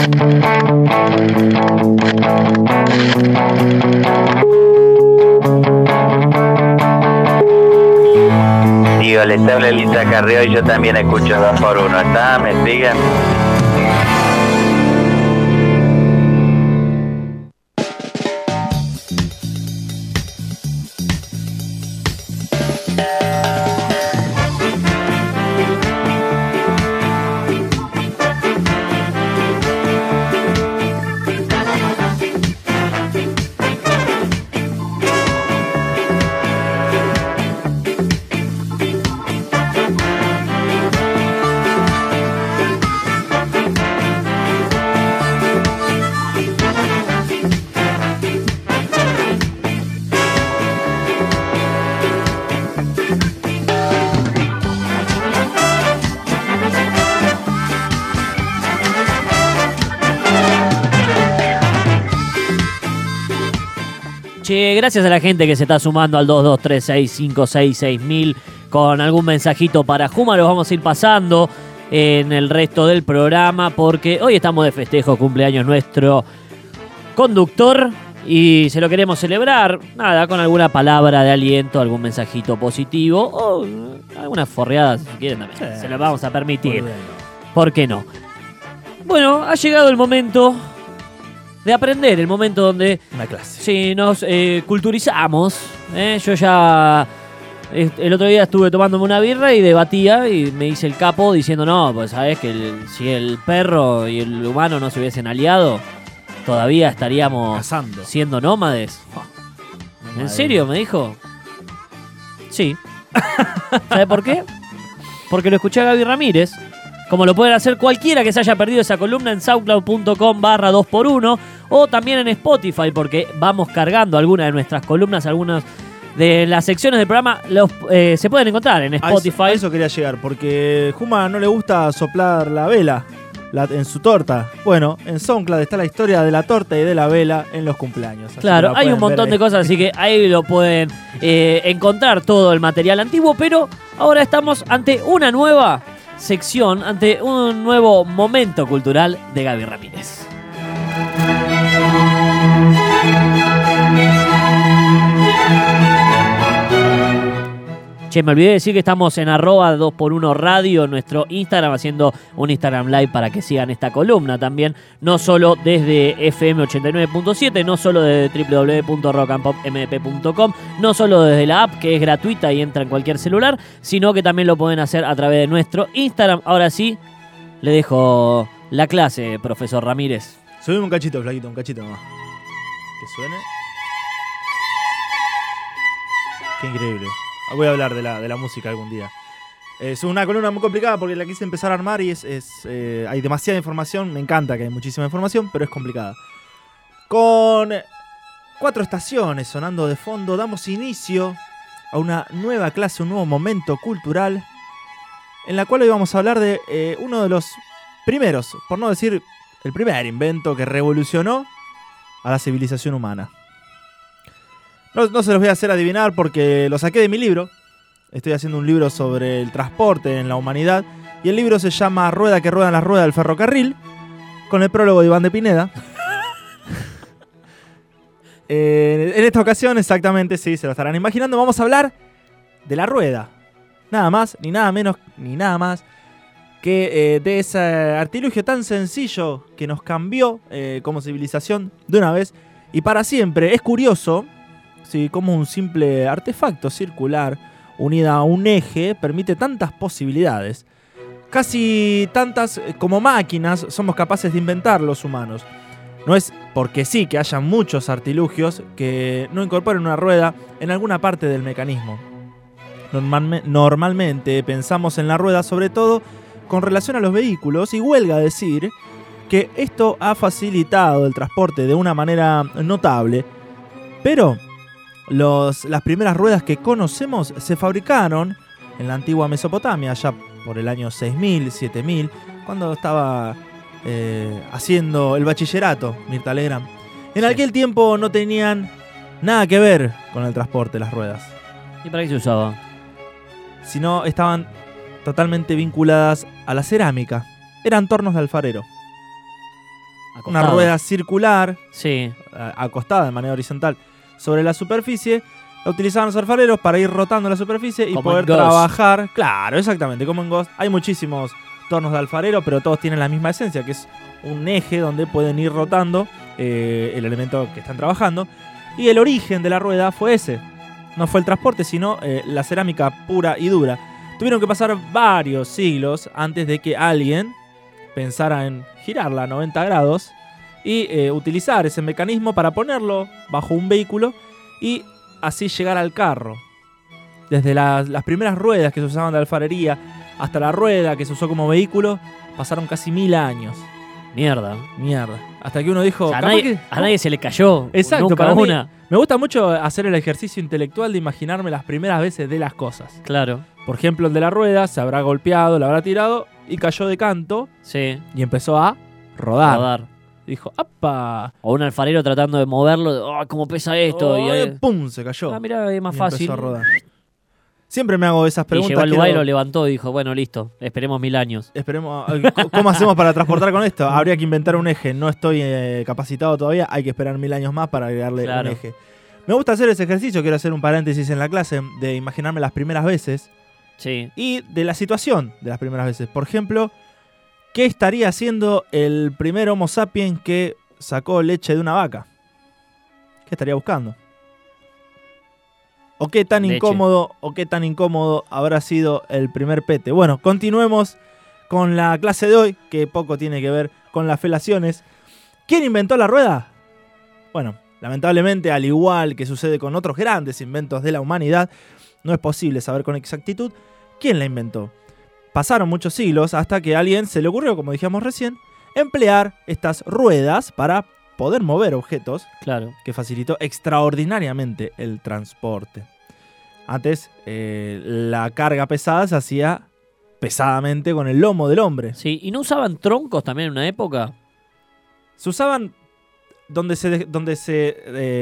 Digo, les habla Elisa Carrió y yo también escucho 2x1. ¿Está? ¿Me siguen? Che, gracias a la gente que se está sumando al 2236566000 con algún mensajito para Juma. Los vamos a ir pasando en el resto del programa porque hoy estamos de festejo, cumpleaños nuestro conductor y se lo queremos celebrar, nada, con alguna palabra de aliento, algún mensajito positivo o algunas forreadas si quieren también. Sí, se lo vamos a permitir. ¿Por qué no? Bueno, ha llegado el momento de aprender, el momento donde una clase. Sí, nos culturizamos. Yo ya el otro día estuve tomándome una birra y debatía y me hice el capo diciendo no, pues sabes que si el perro y el humano no se hubiesen aliado, todavía estaríamos cazando, siendo nómades. ¿En serio? Me dijo. Sí. ¿Sabe por qué? Porque lo escuché a Gaby Ramírez. Como lo pueden hacer cualquiera que se haya perdido esa columna en soundcloud.com/2x1 o también en Spotify, porque vamos cargando algunas de nuestras columnas, algunas de las secciones del programa se pueden encontrar en Spotify. A eso quería llegar, porque Juma no le gusta soplar la vela en su torta. Bueno, en SoundCloud está la historia de la torta y de la vela en los cumpleaños. Claro, hay un montón de cosas, así que ahí lo pueden encontrar todo el material antiguo, pero ahora estamos ante una nueva sección, ante un nuevo momento cultural de Gaby Ramírez. Che, me olvidé de decir que estamos en @2x1 Radio, nuestro Instagram, haciendo un Instagram Live para que sigan esta columna también, no solo desde FM 89.7, no solo desde www.rockandpopmp.com, no solo desde la app que es gratuita y entra en cualquier celular, sino que también lo pueden hacer a través de nuestro Instagram. Ahora sí, le dejo la clase, profesor Ramírez. Subime un cachito, flaquito, un cachito nomás. Que suene. Qué increíble. Voy a hablar de la música algún día. Es una columna muy complicada porque la quise empezar a armar y hay demasiada información. Me encanta que hay muchísima información, pero es complicada. Con 4 estaciones sonando de fondo, damos inicio a una nueva clase, un nuevo momento cultural, en la cual hoy vamos a hablar de uno de los primeros, por no decir el primer invento que revolucionó a la civilización humana. No se los voy a hacer adivinar porque lo saqué de mi libro. Estoy haciendo un libro sobre el transporte en la humanidad. Y el libro se llama Rueda que ruedan las ruedas del ferrocarril, con el prólogo de Iván de Pineda. En esta ocasión, exactamente, sí, se lo estarán imaginando. Vamos a hablar de la rueda. Nada más, ni nada menos, ni nada más que de ese artilugio tan sencillo que nos cambió como civilización de una vez y para siempre. Es curioso. Sí, como un simple artefacto circular unida a un eje permite tantas posibilidades. Casi tantas como máquinas somos capaces de inventar los humanos. No es porque sí que haya muchos artilugios que no incorporen una rueda en alguna parte del mecanismo. Normalmente pensamos en la rueda sobre todo con relación a los vehículos y huelga decir que esto ha facilitado el transporte de una manera notable, pero las primeras ruedas que conocemos se fabricaron en la antigua Mesopotamia, allá por el año 6000, 7000, cuando estaba haciendo el bachillerato, Mirta Legrand. En aquel tiempo no tenían nada que ver con el transporte, las ruedas. ¿Y para qué se usaba? Sino estaban totalmente vinculadas a la cerámica. Eran tornos de alfarero. una Acostado. rueda circular, Sí. acostada de manera horizontal sobre la superficie. La utilizaban los alfareros para ir rotando la superficie y Como poder en Ghost. trabajar. Claro, exactamente, como en Ghost. Hay muchísimos tornos de alfarero, pero todos tienen la misma esencia, que es un eje donde pueden ir rotando el elemento que están trabajando. Y el origen de la rueda fue ese. No fue el transporte, sino la cerámica pura y dura. Tuvieron que pasar varios siglos antes de que alguien pensara en girarla a 90 grados y utilizar ese mecanismo para ponerlo bajo un vehículo y así llegar al carro. Desde las primeras ruedas que se usaban de alfarería hasta la rueda que se usó como vehículo, pasaron casi 1000 años. Mierda. Mierda. Hasta que uno dijo... O sea, a, capaz nadie, que- a nadie se le cayó. Exacto, Nunca para mí- una. Me gusta mucho hacer el ejercicio intelectual de imaginarme las primeras veces de las cosas. Claro. Por ejemplo, el de la rueda se habrá golpeado, la habrá tirado y cayó de canto Sí. y empezó a rodar. Rodar. Dijo, ¡apa! O un alfarero tratando de moverlo. ¡Oh, cómo pesa esto! Y ahí- ¡Pum! Se cayó. Ah, mirá, es más Y fácil. empezó a rodar. Siempre me hago esas Y preguntas. llegó al quiero- lugar y lo levantó y dijo, bueno, listo, esperemos 1000 años. Esperemos, ¿cómo hacemos para transportar con esto? Habría que inventar un eje. No estoy capacitado todavía. Hay que esperar 1000 años más para agregarle Claro. un eje. Me gusta hacer ese ejercicio. Quiero hacer un paréntesis en la clase de imaginarme las primeras veces Sí. y de la situación de las primeras veces. Por ejemplo, ¿qué estaría haciendo el primer Homo sapiens que sacó leche de una vaca? ¿Qué estaría buscando? ¿O qué tan Leche. incómodo habrá sido el primer pete? Bueno, continuemos con la clase de hoy, que poco tiene que ver con las felaciones. ¿Quién inventó la rueda? Bueno, lamentablemente, al igual que sucede con otros grandes inventos de la humanidad, no es posible saber con exactitud quién la inventó. Pasaron muchos siglos hasta que a alguien se le ocurrió, como dijimos recién, emplear estas ruedas para poder mover objetos, Claro. que facilitó extraordinariamente el transporte. Antes, la carga pesada se hacía pesadamente con el lomo del hombre. Sí. ¿Y no usaban troncos también en una época? Se usaban donde se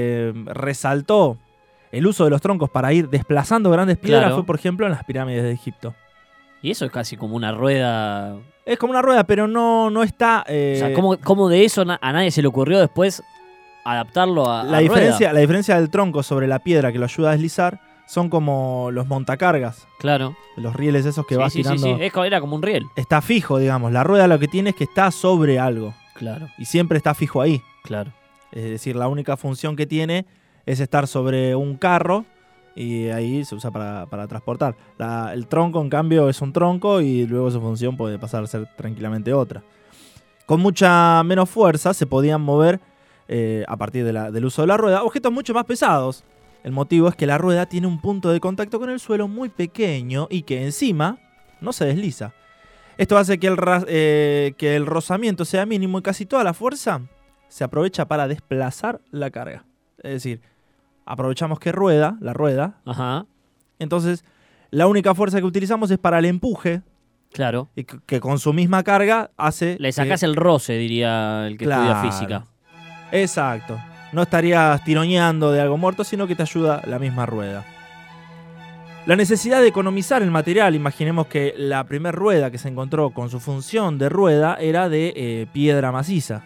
resaltó el uso de los troncos para ir desplazando grandes piedras, Claro. fue por ejemplo en las pirámides de Egipto. Y eso es casi como una rueda. Es como una rueda, pero no está... O sea, ¿cómo de eso a nadie se le ocurrió después adaptarlo a la diferencia del tronco sobre la piedra que lo ayuda a deslizar son como los montacargas, Claro. los rieles esos que Sí, vas sí, tirando. sí. Era como un riel. Está fijo, digamos. La rueda lo que tiene es que está sobre algo Claro, y siempre está fijo ahí. claro. Es decir, la única función que tiene es estar sobre un carro y ahí se usa para transportar. El tronco, en cambio, es un tronco y luego su función puede pasar a ser tranquilamente otra. Con mucha menos fuerza se podían mover, a partir del uso de la rueda, objetos mucho más pesados. El motivo es que la rueda tiene un punto de contacto con el suelo muy pequeño y que encima no se desliza. Esto hace que el rozamiento sea mínimo y casi toda la fuerza se aprovecha para desplazar la carga. Es decir, aprovechamos que la rueda, Ajá, entonces la única fuerza que utilizamos es para el empuje claro. y que con su misma carga hace... Le sacás el roce, diría el que estudia Claro. física. Exacto. No estarías tironeando de algo muerto, sino que te ayuda la misma rueda. La necesidad de economizar el material, imaginemos que la primera rueda que se encontró con su función de rueda era de piedra maciza.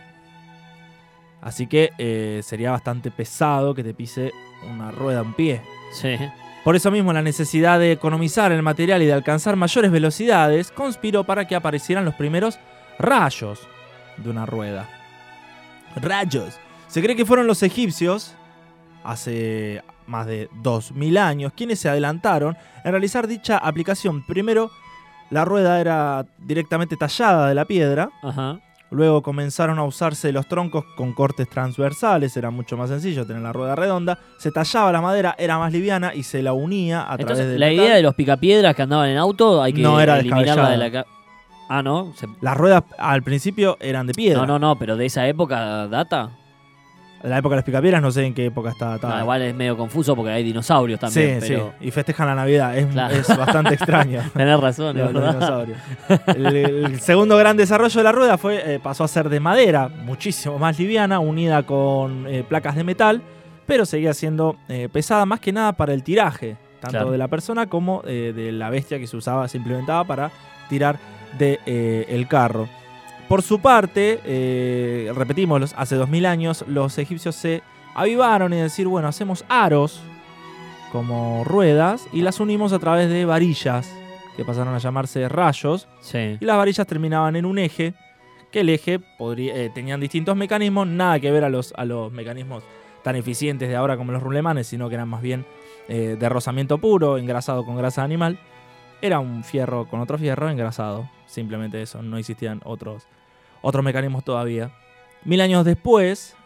Así que sería bastante pesado que te pise una rueda a un pie. Sí. Por eso mismo la necesidad de economizar el material y de alcanzar mayores velocidades conspiró para que aparecieran los primeros rayos de una rueda. Rayos. Se cree que fueron los egipcios, hace más de 2000 años, quienes se adelantaron en realizar dicha aplicación. Primero, la rueda era directamente tallada de la piedra. Ajá. Luego comenzaron a usarse los troncos con cortes transversales, era mucho más sencillo tener la rueda redonda. Se tallaba la madera, era más liviana y se la unía a través Entonces, del la metal. idea de los picapiedras que andaban en auto hay que No era eliminarla de descabellada. Ah, ¿no? Las ruedas al principio eran de piedra. No, pero de esa época data. De la época de las picapiedras no sé en qué época está. No, igual es medio confuso porque hay dinosaurios también. Sí, pero... sí. Y festejan la Navidad. Es, Claro. es bastante extraño. Tenés razón, Los es verdad. dinosaurios. El segundo gran desarrollo de la rueda pasó a ser de madera, muchísimo más liviana, unida con placas de metal, pero seguía siendo pesada más que nada para el tiraje, tanto Claro. de la persona como de la bestia que se implementaba para tirar del carro. Por su parte, repetimos, hace 2000 años los egipcios se avivaron y decir, bueno, hacemos aros como ruedas y las unimos a través de varillas que pasaron a llamarse rayos. Sí. Y las varillas terminaban en un eje, que el eje tenían distintos mecanismos, nada que ver a los mecanismos tan eficientes de ahora como los rulemanes, sino que eran más bien de rozamiento puro, engrasado con grasa animal. Era un fierro con otro fierro engrasado, simplemente eso, no existían otros mecanismos todavía. 1000 años después,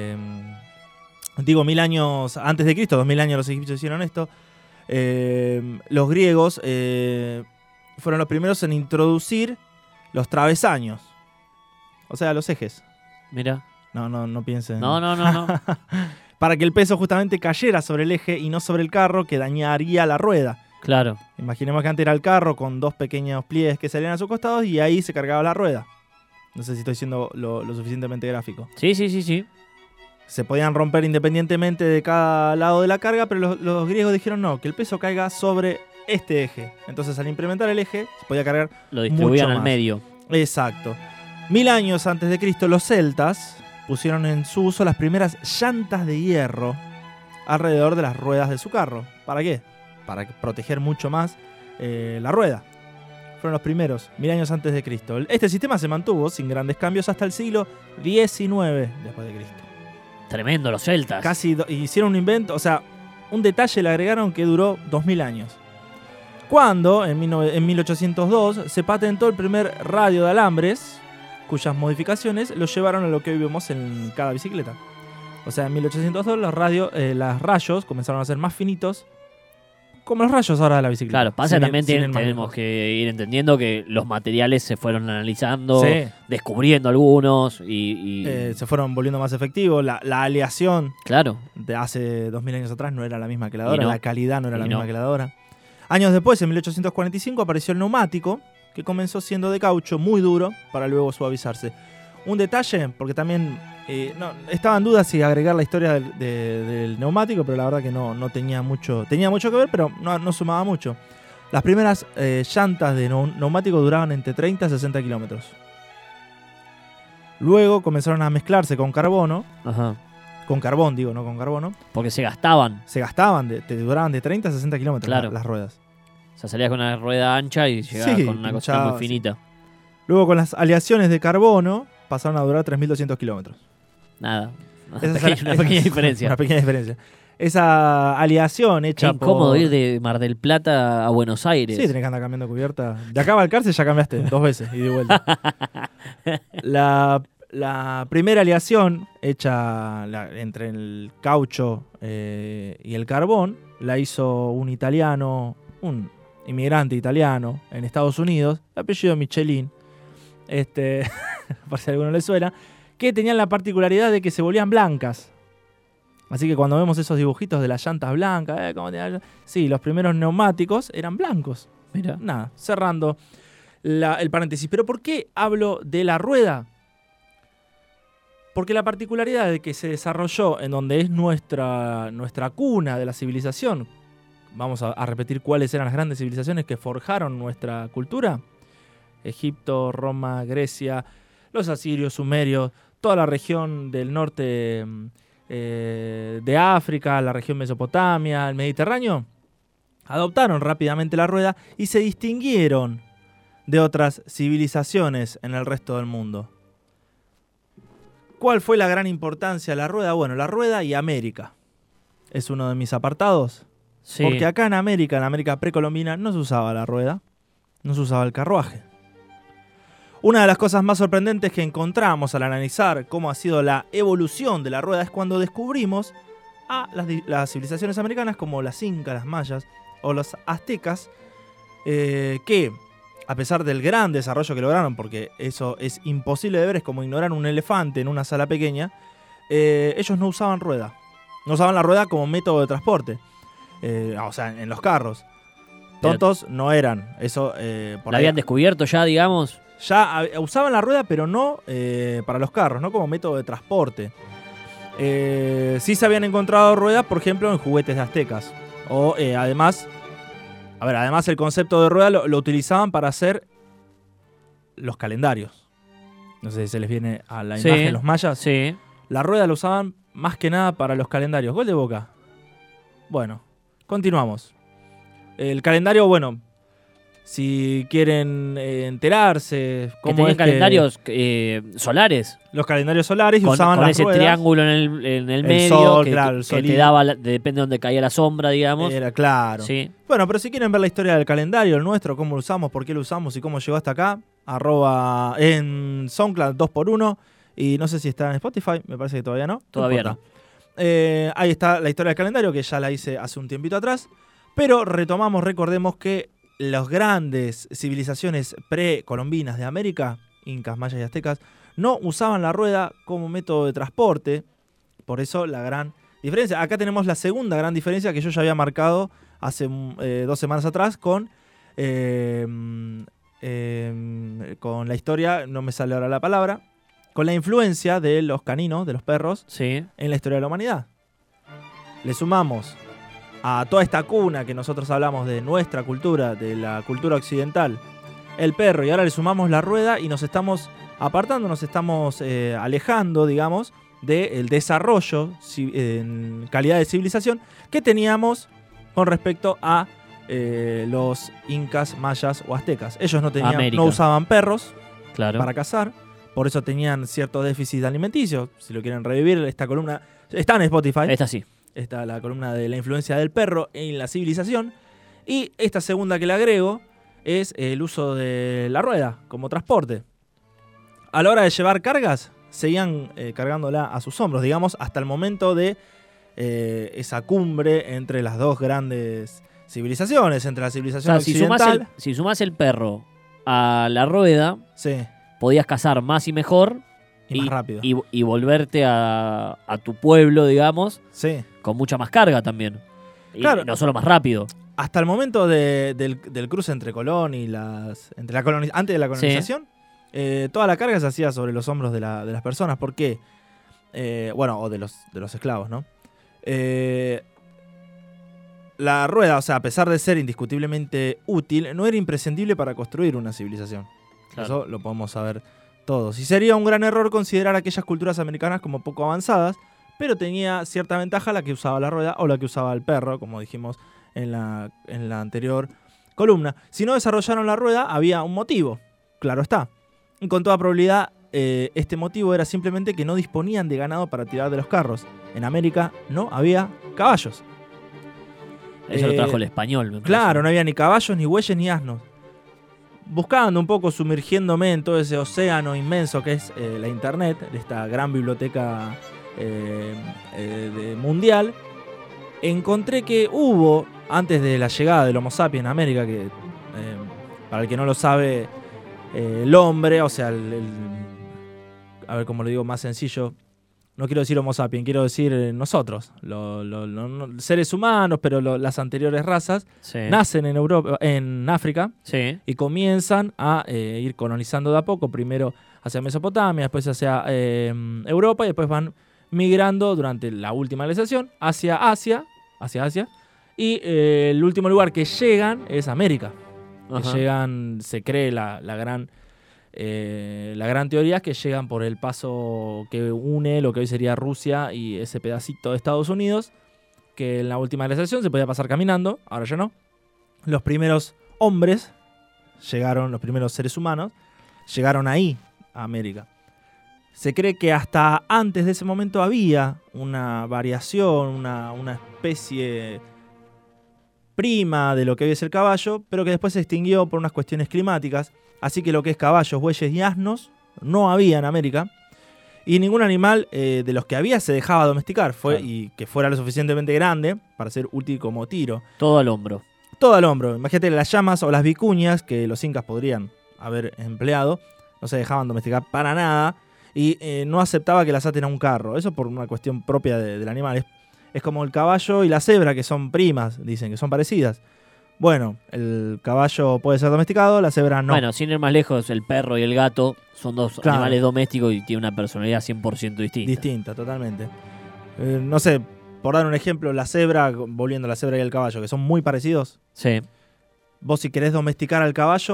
1000 años antes de Cristo, 2000 años los egipcios hicieron esto, los griegos fueron los primeros en introducir los travesaños, o sea, los ejes. Mira. No piensen. No. Para que el peso justamente cayera sobre el eje y no sobre el carro, que dañaría la rueda. Claro. Imaginemos que antes era el carro con dos pequeños pliegues que salían a sus costados y ahí se cargaba la rueda. No sé si estoy siendo lo suficientemente gráfico. Sí. Se podían romper independientemente de cada lado de la carga, pero los griegos dijeron no, que el peso caiga sobre este eje. Entonces, al implementar el eje, se podía cargar lo distribuían mucho al más. medio. Exacto. 1000 años antes de Cristo, los celtas pusieron en su uso las primeras llantas de hierro alrededor de las ruedas de su carro. ¿Para qué? Para proteger mucho más la rueda. Fueron los primeros, 1000 años antes de Cristo. Este sistema se mantuvo sin grandes cambios hasta el siglo XIX después de Cristo. Tremendo, los celtas. Casi hicieron un invento, o sea, un detalle le agregaron que duró 2000 años. Cuando, en 1802, se patentó el primer radio de alambres, cuyas modificaciones lo llevaron a lo que hoy vemos en cada bicicleta. O sea, en 1802 los rayos comenzaron a ser más finitos, como los rayos ahora de la bicicleta. Claro, pasa Sin también el tenemos manejo. que ir entendiendo que los materiales se fueron analizando, Sí. descubriendo algunos y Se fueron volviendo más efectivos. La aleación claro. de hace 2000 años atrás no era la misma que la de Y ahora, no. la calidad no era Y la no. misma que la de ahora. Años después, en 1845, apareció el neumático, que comenzó siendo de caucho muy duro para luego suavizarse. Un detalle, porque también estaba en duda si agregar la historia del neumático, pero la verdad que no tenía mucho que ver, pero no sumaba mucho. Las primeras llantas de neumático duraban entre 30 y 60 kilómetros. Luego comenzaron a mezclarse con carbono, Ajá. con carbón digo, no con carbono. Porque se gastaban. Se gastaban, duraban de 30 a 60 kilómetros Claro. las ruedas. O sea, salías con una rueda ancha y llegabas Sí, con una cosa hinchado, muy finita. Luego con las aleaciones de carbono pasaron a durar 3.200 kilómetros. Nada. Esa Una pequeña diferencia. Una pequeña diferencia. Esa aleación Qué hecha incómodo por... ir de Mar del Plata a Buenos Aires. Sí, tenés que andar cambiando cubierta. De acá a Balcarce ya cambiaste 2 veces y de vuelta. La primera aleación hecha entre el caucho y el carbón la hizo un italiano, un inmigrante italiano en Estados Unidos, de apellido Michelin, por si a alguno le suena, que tenían la particularidad de que se volvían blancas. Así que cuando vemos esos dibujitos de las llantas blancas, sí, los primeros neumáticos eran blancos. Mira. Nada, cerrando el paréntesis. ¿Pero por qué hablo de la rueda? Porque la particularidad de que se desarrolló en donde es nuestra cuna de la civilización, vamos a repetir cuáles eran las grandes civilizaciones que forjaron nuestra cultura: Egipto, Roma, Grecia, los asirios, sumerios, toda la región del norte de África, la región Mesopotamia, el Mediterráneo, adoptaron rápidamente la rueda y se distinguieron de otras civilizaciones en el resto del mundo. ¿Cuál fue la gran importancia de la rueda? Bueno, la rueda y América es uno de mis apartados. Sí. Porque acá en América precolombina, no se usaba la rueda, no se usaba el carruaje. Una de las cosas más sorprendentes que encontramos al analizar cómo ha sido la evolución de la rueda es cuando descubrimos a las civilizaciones americanas como las incas, las mayas o los aztecas, que a pesar del gran desarrollo que lograron, porque eso es imposible de ver, es como ignorar un elefante en una sala pequeña, ellos no usaban rueda. No usaban la rueda como método de transporte. O sea, en los carros. Tontos no eran. Eso por ¿La ahí habían descubierto ya, digamos? ya usaban la rueda, pero no para los carros, no como método de transporte. Sí se habían encontrado ruedas, por ejemplo, en juguetes de aztecas. O además el concepto de rueda lo utilizaban para hacer los calendarios. No sé si se les viene a la Sí. imagen los mayas. Sí. La rueda la usaban más que nada para los calendarios. Gol de Boca. Bueno, continuamos. El calendario, bueno, si quieren enterarse Que cómo tenían es que calendarios solares. los calendarios solares y Con, usaban con las ese ruedas. triángulo en el medio. sol, que, claro, el que te solito. daba, depende de donde caía la sombra, digamos. Era claro. Sí. Bueno, pero si quieren ver la historia del calendario, el nuestro, cómo lo usamos, por qué lo usamos y cómo llegó hasta acá, @ en SoundCloud 2x1 y no sé si está en Spotify, me parece que todavía no. Todavía importa. Ahí está la historia del calendario, que ya la hice hace un tiempito atrás, pero retomamos, recordemos que las grandes civilizaciones precolombinas de América, incas, mayas y aztecas, no usaban la rueda como método de transporte, por eso la gran diferencia. Acá tenemos la segunda gran diferencia que yo ya había marcado hace 2 semanas atrás con la historia, no me sale ahora la palabra, con la influencia de los caninos, de los perros, Sí. en la historia de la humanidad. Le sumamos a toda esta cuna que nosotros hablamos de nuestra cultura, de la cultura occidental, el perro, y ahora le sumamos la rueda y nos estamos apartando, nos estamos alejando, digamos, del desarrollo en calidad de civilización que teníamos con respecto a los incas, mayas o aztecas. Ellos no usaban perros Claro. para cazar, por eso tenían cierto déficit alimenticio. Si lo quieren revivir, esta columna está en Spotify. Esta sí. Está la columna de la influencia del perro en la civilización. Y esta segunda que le agrego es el uso de la rueda como transporte. A la hora de llevar cargas, seguían cargándola a sus hombros, digamos, hasta el momento de esa cumbre entre las dos grandes civilizaciones, entre la O civilización sea, occidental. si sumás el perro a la rueda, Sí, podías cazar más y mejor y más rápido. y volverte a tu pueblo, digamos, Sí. con mucha más carga también. Y Claro. no solo más rápido. Hasta el momento del cruce entre Colón y antes de la colonización, toda la carga se hacía sobre los hombros de las personas. ¿Por qué? O de los esclavos, ¿no? La rueda, o sea, a pesar de ser indiscutiblemente útil, no era imprescindible para construir una civilización. Claro. Eso lo podemos saber todos. Y sería un gran error considerar aquellas culturas americanas como poco avanzadas, pero tenía cierta ventaja la que usaba la rueda o la que usaba el perro, como dijimos en la anterior columna. Si no desarrollaron la rueda, había un motivo, claro está. Y con toda probabilidad, este motivo era simplemente que no disponían de ganado para tirar de los carros. En América no había caballos. Eso lo trajo el español. me parece. Claro, no había ni caballos, ni bueyes, ni asnos. Buscando un poco, sumergiéndome en todo ese océano inmenso que es la internet, de esta gran biblioteca mundial, encontré que hubo, antes de la llegada del Homo sapiens en América, que para el que no lo sabe, el hombre, o sea, a ver cómo lo digo más sencillo, no quiero decir Homo sapiens, quiero decir nosotros, los seres humanos, pero las anteriores razas, Sí. nacen en África Sí. y comienzan a ir colonizando de a poco, primero hacia Mesopotamia, después hacia Europa y después van migrando durante la última glaciación hacia Asia, y el último lugar que llegan es América. Que Ajá. llegan, se cree la gran teoría es que llegan por el paso que une lo que hoy sería Rusia y ese pedacito de Estados Unidos, que en la última glaciación se podía pasar caminando, ahora ya no. Los primeros hombres llegaron, los primeros seres humanos, llegaron ahí, a América. Se cree que hasta antes de ese momento había una variación, una especie prima de lo que hoy es el caballo, pero que después se extinguió por unas cuestiones climáticas. Así que lo que es caballos, bueyes y asnos no había en América. Y ningún animal de los que había se dejaba domesticar. Claro. Y que fuera lo suficientemente grande para ser útil como tiro. Todo al hombro. Todo al hombro. Imagínate las llamas o las vicuñas que los incas podrían haber empleado. No se dejaban domesticar para nada. Y no aceptaba que las aten a un carro. Eso por una cuestión propia del animal. Es como el caballo y la cebra, que son primas, dicen que son parecidas. Bueno, el caballo puede ser domesticado, la cebra no. Bueno, sin ir más lejos, el perro y el gato son dos Claro. animales domésticos y tienen una personalidad 100% distinta. Distinta, totalmente. No sé, por dar un ejemplo, la cebra, volviendo a la cebra y el caballo, que son muy parecidos. Sí. Vos si querés domesticar al caballo,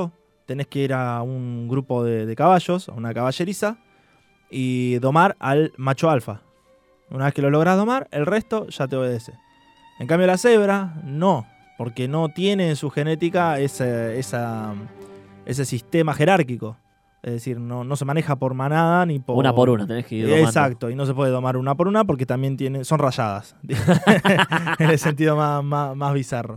tenés que ir a un grupo de caballos, a una caballeriza, y domar al macho alfa. Una vez que lo lográs domar, el resto ya te obedece. En cambio la cebra, no, porque no tiene en su genética ese sistema jerárquico. Es decir, no se maneja por manada ni por... Una por una, tenés que ir domando. Exacto, y no se puede domar una por una porque también son rayadas. En el sentido más bizarro.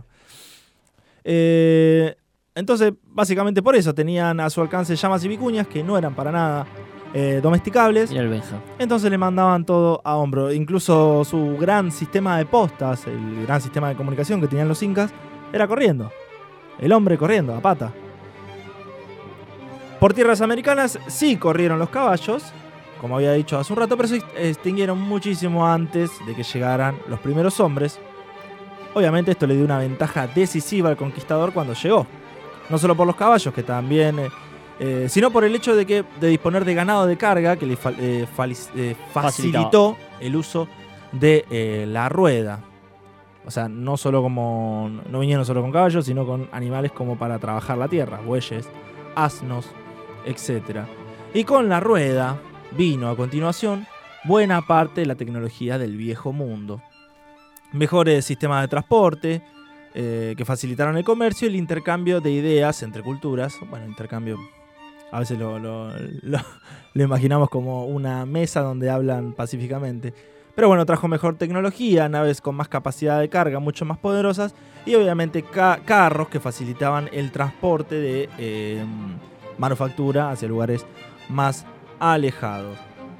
Entonces, básicamente por eso tenían a su alcance llamas y vicuñas que no eran para nada domesticables. Mira el Benja. Entonces le mandaban todo a hombro. Incluso su gran sistema de postas, el gran sistema de comunicación que tenían los incas, era corriendo. El hombre corriendo, a pata. Por tierras americanas sí corrieron los caballos, como había dicho hace un rato, pero se extinguieron muchísimo antes de que llegaran los primeros hombres. Obviamente esto le dio una ventaja decisiva al conquistador cuando llegó. No solo por los caballos, que también, sino por el hecho de disponer de ganado de carga que le facilitó el uso de la rueda. O sea, no vinieron solo con caballos, sino con animales como para trabajar la tierra, bueyes, asnos, etc. Y con la rueda vino a continuación buena parte de la tecnología del viejo mundo. Mejores sistemas de transporte que facilitaron el comercio y el intercambio de ideas entre culturas. Bueno, intercambio, a veces lo imaginamos como una mesa donde hablan pacíficamente. Pero bueno, trajo mejor tecnología, naves con más capacidad de carga, mucho más poderosas, y obviamente carros que facilitaban el transporte de manufactura hacia lugares más alejados.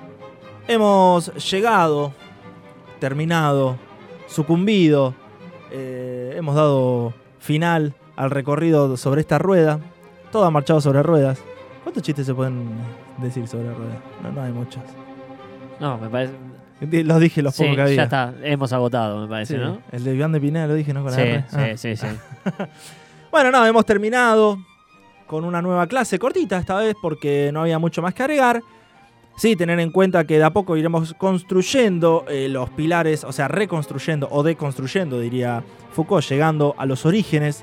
Hemos llegado, terminado, sucumbido, hemos dado final al recorrido sobre esta rueda. Todo ha marchado sobre ruedas. ¿Cuántos chistes se pueden decir sobre ruedas? No hay muchos. No, me parece... Los dije, los pocos que había. Ya está, hemos agotado, me parece, sí, ¿no? El de Iván de Pineda lo dije, ¿no? Con la R. Sí. Bueno, hemos terminado con una nueva clase, cortita esta vez, porque no había mucho más que agregar. Sí, tener en cuenta que de a poco iremos construyendo los pilares, o sea, reconstruyendo o deconstruyendo, diría Foucault, llegando a los orígenes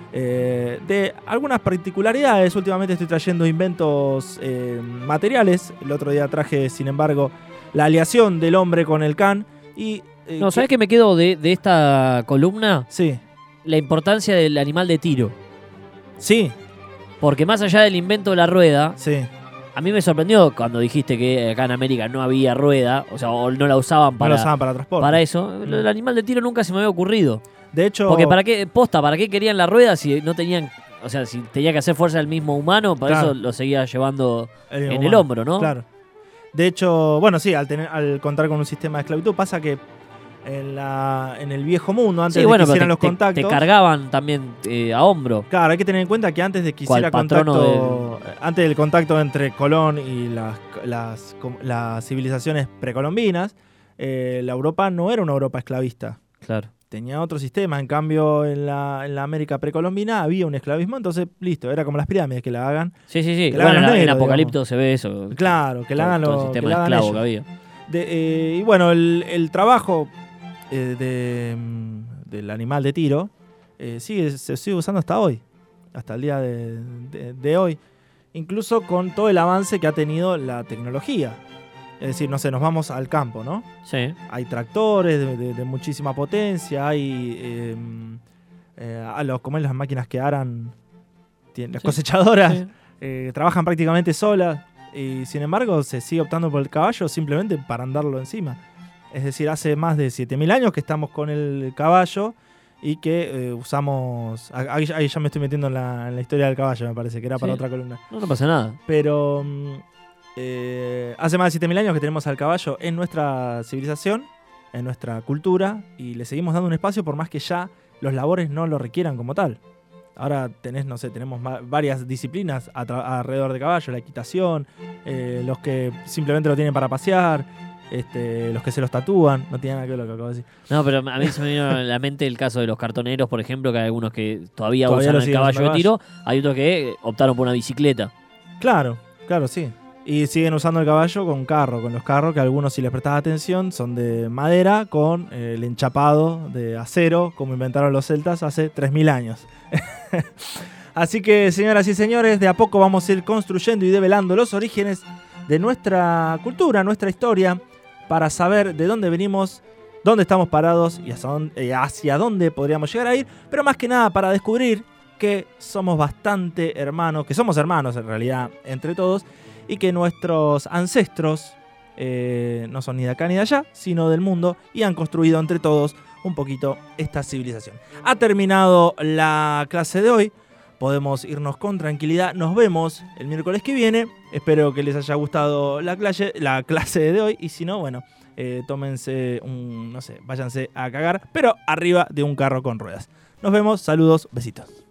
de algunas particularidades. Últimamente estoy trayendo inventos materiales. El otro día traje, sin embargo, la aleación del hombre con el can. Y, ¿sabes qué me quedo de esta columna? Sí. La importancia del animal de tiro. Sí. Porque más allá del invento de la rueda, sí, a mí me sorprendió cuando dijiste que acá en América no había rueda, o sea, o no la usaban para transporte. Para eso. El animal de tiro nunca se me había ocurrido. De hecho... Porque ¿para qué querían la rueda si no tenían... O sea, si tenía que hacer fuerza el mismo humano, para eso lo seguía llevando en el hombro, ¿no? Claro. De hecho, bueno, sí, al contar con un sistema de esclavitud, pasa que en el viejo mundo, antes de que hicieran los contactos... te cargaban también a hombro. Claro, hay que tener en cuenta que antes de que hiciera contacto... Antes del contacto entre Colón y las civilizaciones precolombinas, la Europa no era una Europa esclavista. Claro. Tenía otro sistema. En cambio, en la América precolombina había un esclavismo, entonces, listo, era como las pirámides, que la hagan. Sí. Que bueno, en Apocalipto se ve eso. Claro, que la hagan todo el sistema de esclavo que había. Y bueno, el trabajo del animal de tiro se sigue usando hasta hoy, hasta el día de hoy, incluso con todo el avance que ha tenido la tecnología. Es decir, no sé, nos vamos al campo, ¿no? Sí. Hay tractores de muchísima potencia, hay como es las máquinas que aran, las cosechadoras, trabajan prácticamente solas, y sin embargo se sigue optando por el caballo simplemente para andarlo encima. Es decir, hace más de 7.000 años que estamos con el caballo y que usamos... Ahí ya me estoy metiendo en la historia del caballo, me parece, que era para otra columna. No pasa nada. Pero... hace más de 7.000 años que tenemos al caballo en nuestra civilización, en nuestra cultura, y le seguimos dando un espacio por más que ya los labores no lo requieran como tal. Ahora tenemos varias disciplinas alrededor de caballo, la equitación, los que simplemente lo tienen para pasear, los que se los tatúan, no tiene nada que ver lo que acabo de decir. No, pero a mí se me vino a la mente el caso de los cartoneros, por ejemplo, que hay algunos que todavía usan el caballo de tiro, hay otros que optaron por una bicicleta. Claro, sí. Y siguen usando el caballo con los carros que algunos, si les prestas atención, son de madera con el enchapado de acero, como inventaron los celtas hace 3.000 años. Así que, señoras y señores, de a poco vamos a ir construyendo y develando los orígenes de nuestra cultura, nuestra historia, para saber de dónde venimos, dónde estamos parados y hacia dónde podríamos llegar a ir, pero más que nada para descubrir que somos bastante hermanos, que somos hermanos en realidad entre todos, y que nuestros ancestros no son ni de acá ni de allá, sino del mundo, y han construido entre todos un poquito esta civilización. Ha terminado la clase de hoy, podemos irnos con tranquilidad, nos vemos el miércoles que viene, espero que les haya gustado la clase de hoy, y si no, bueno, tómense no sé, váyanse a cagar, pero arriba de un carro con ruedas. Nos vemos, saludos, besitos.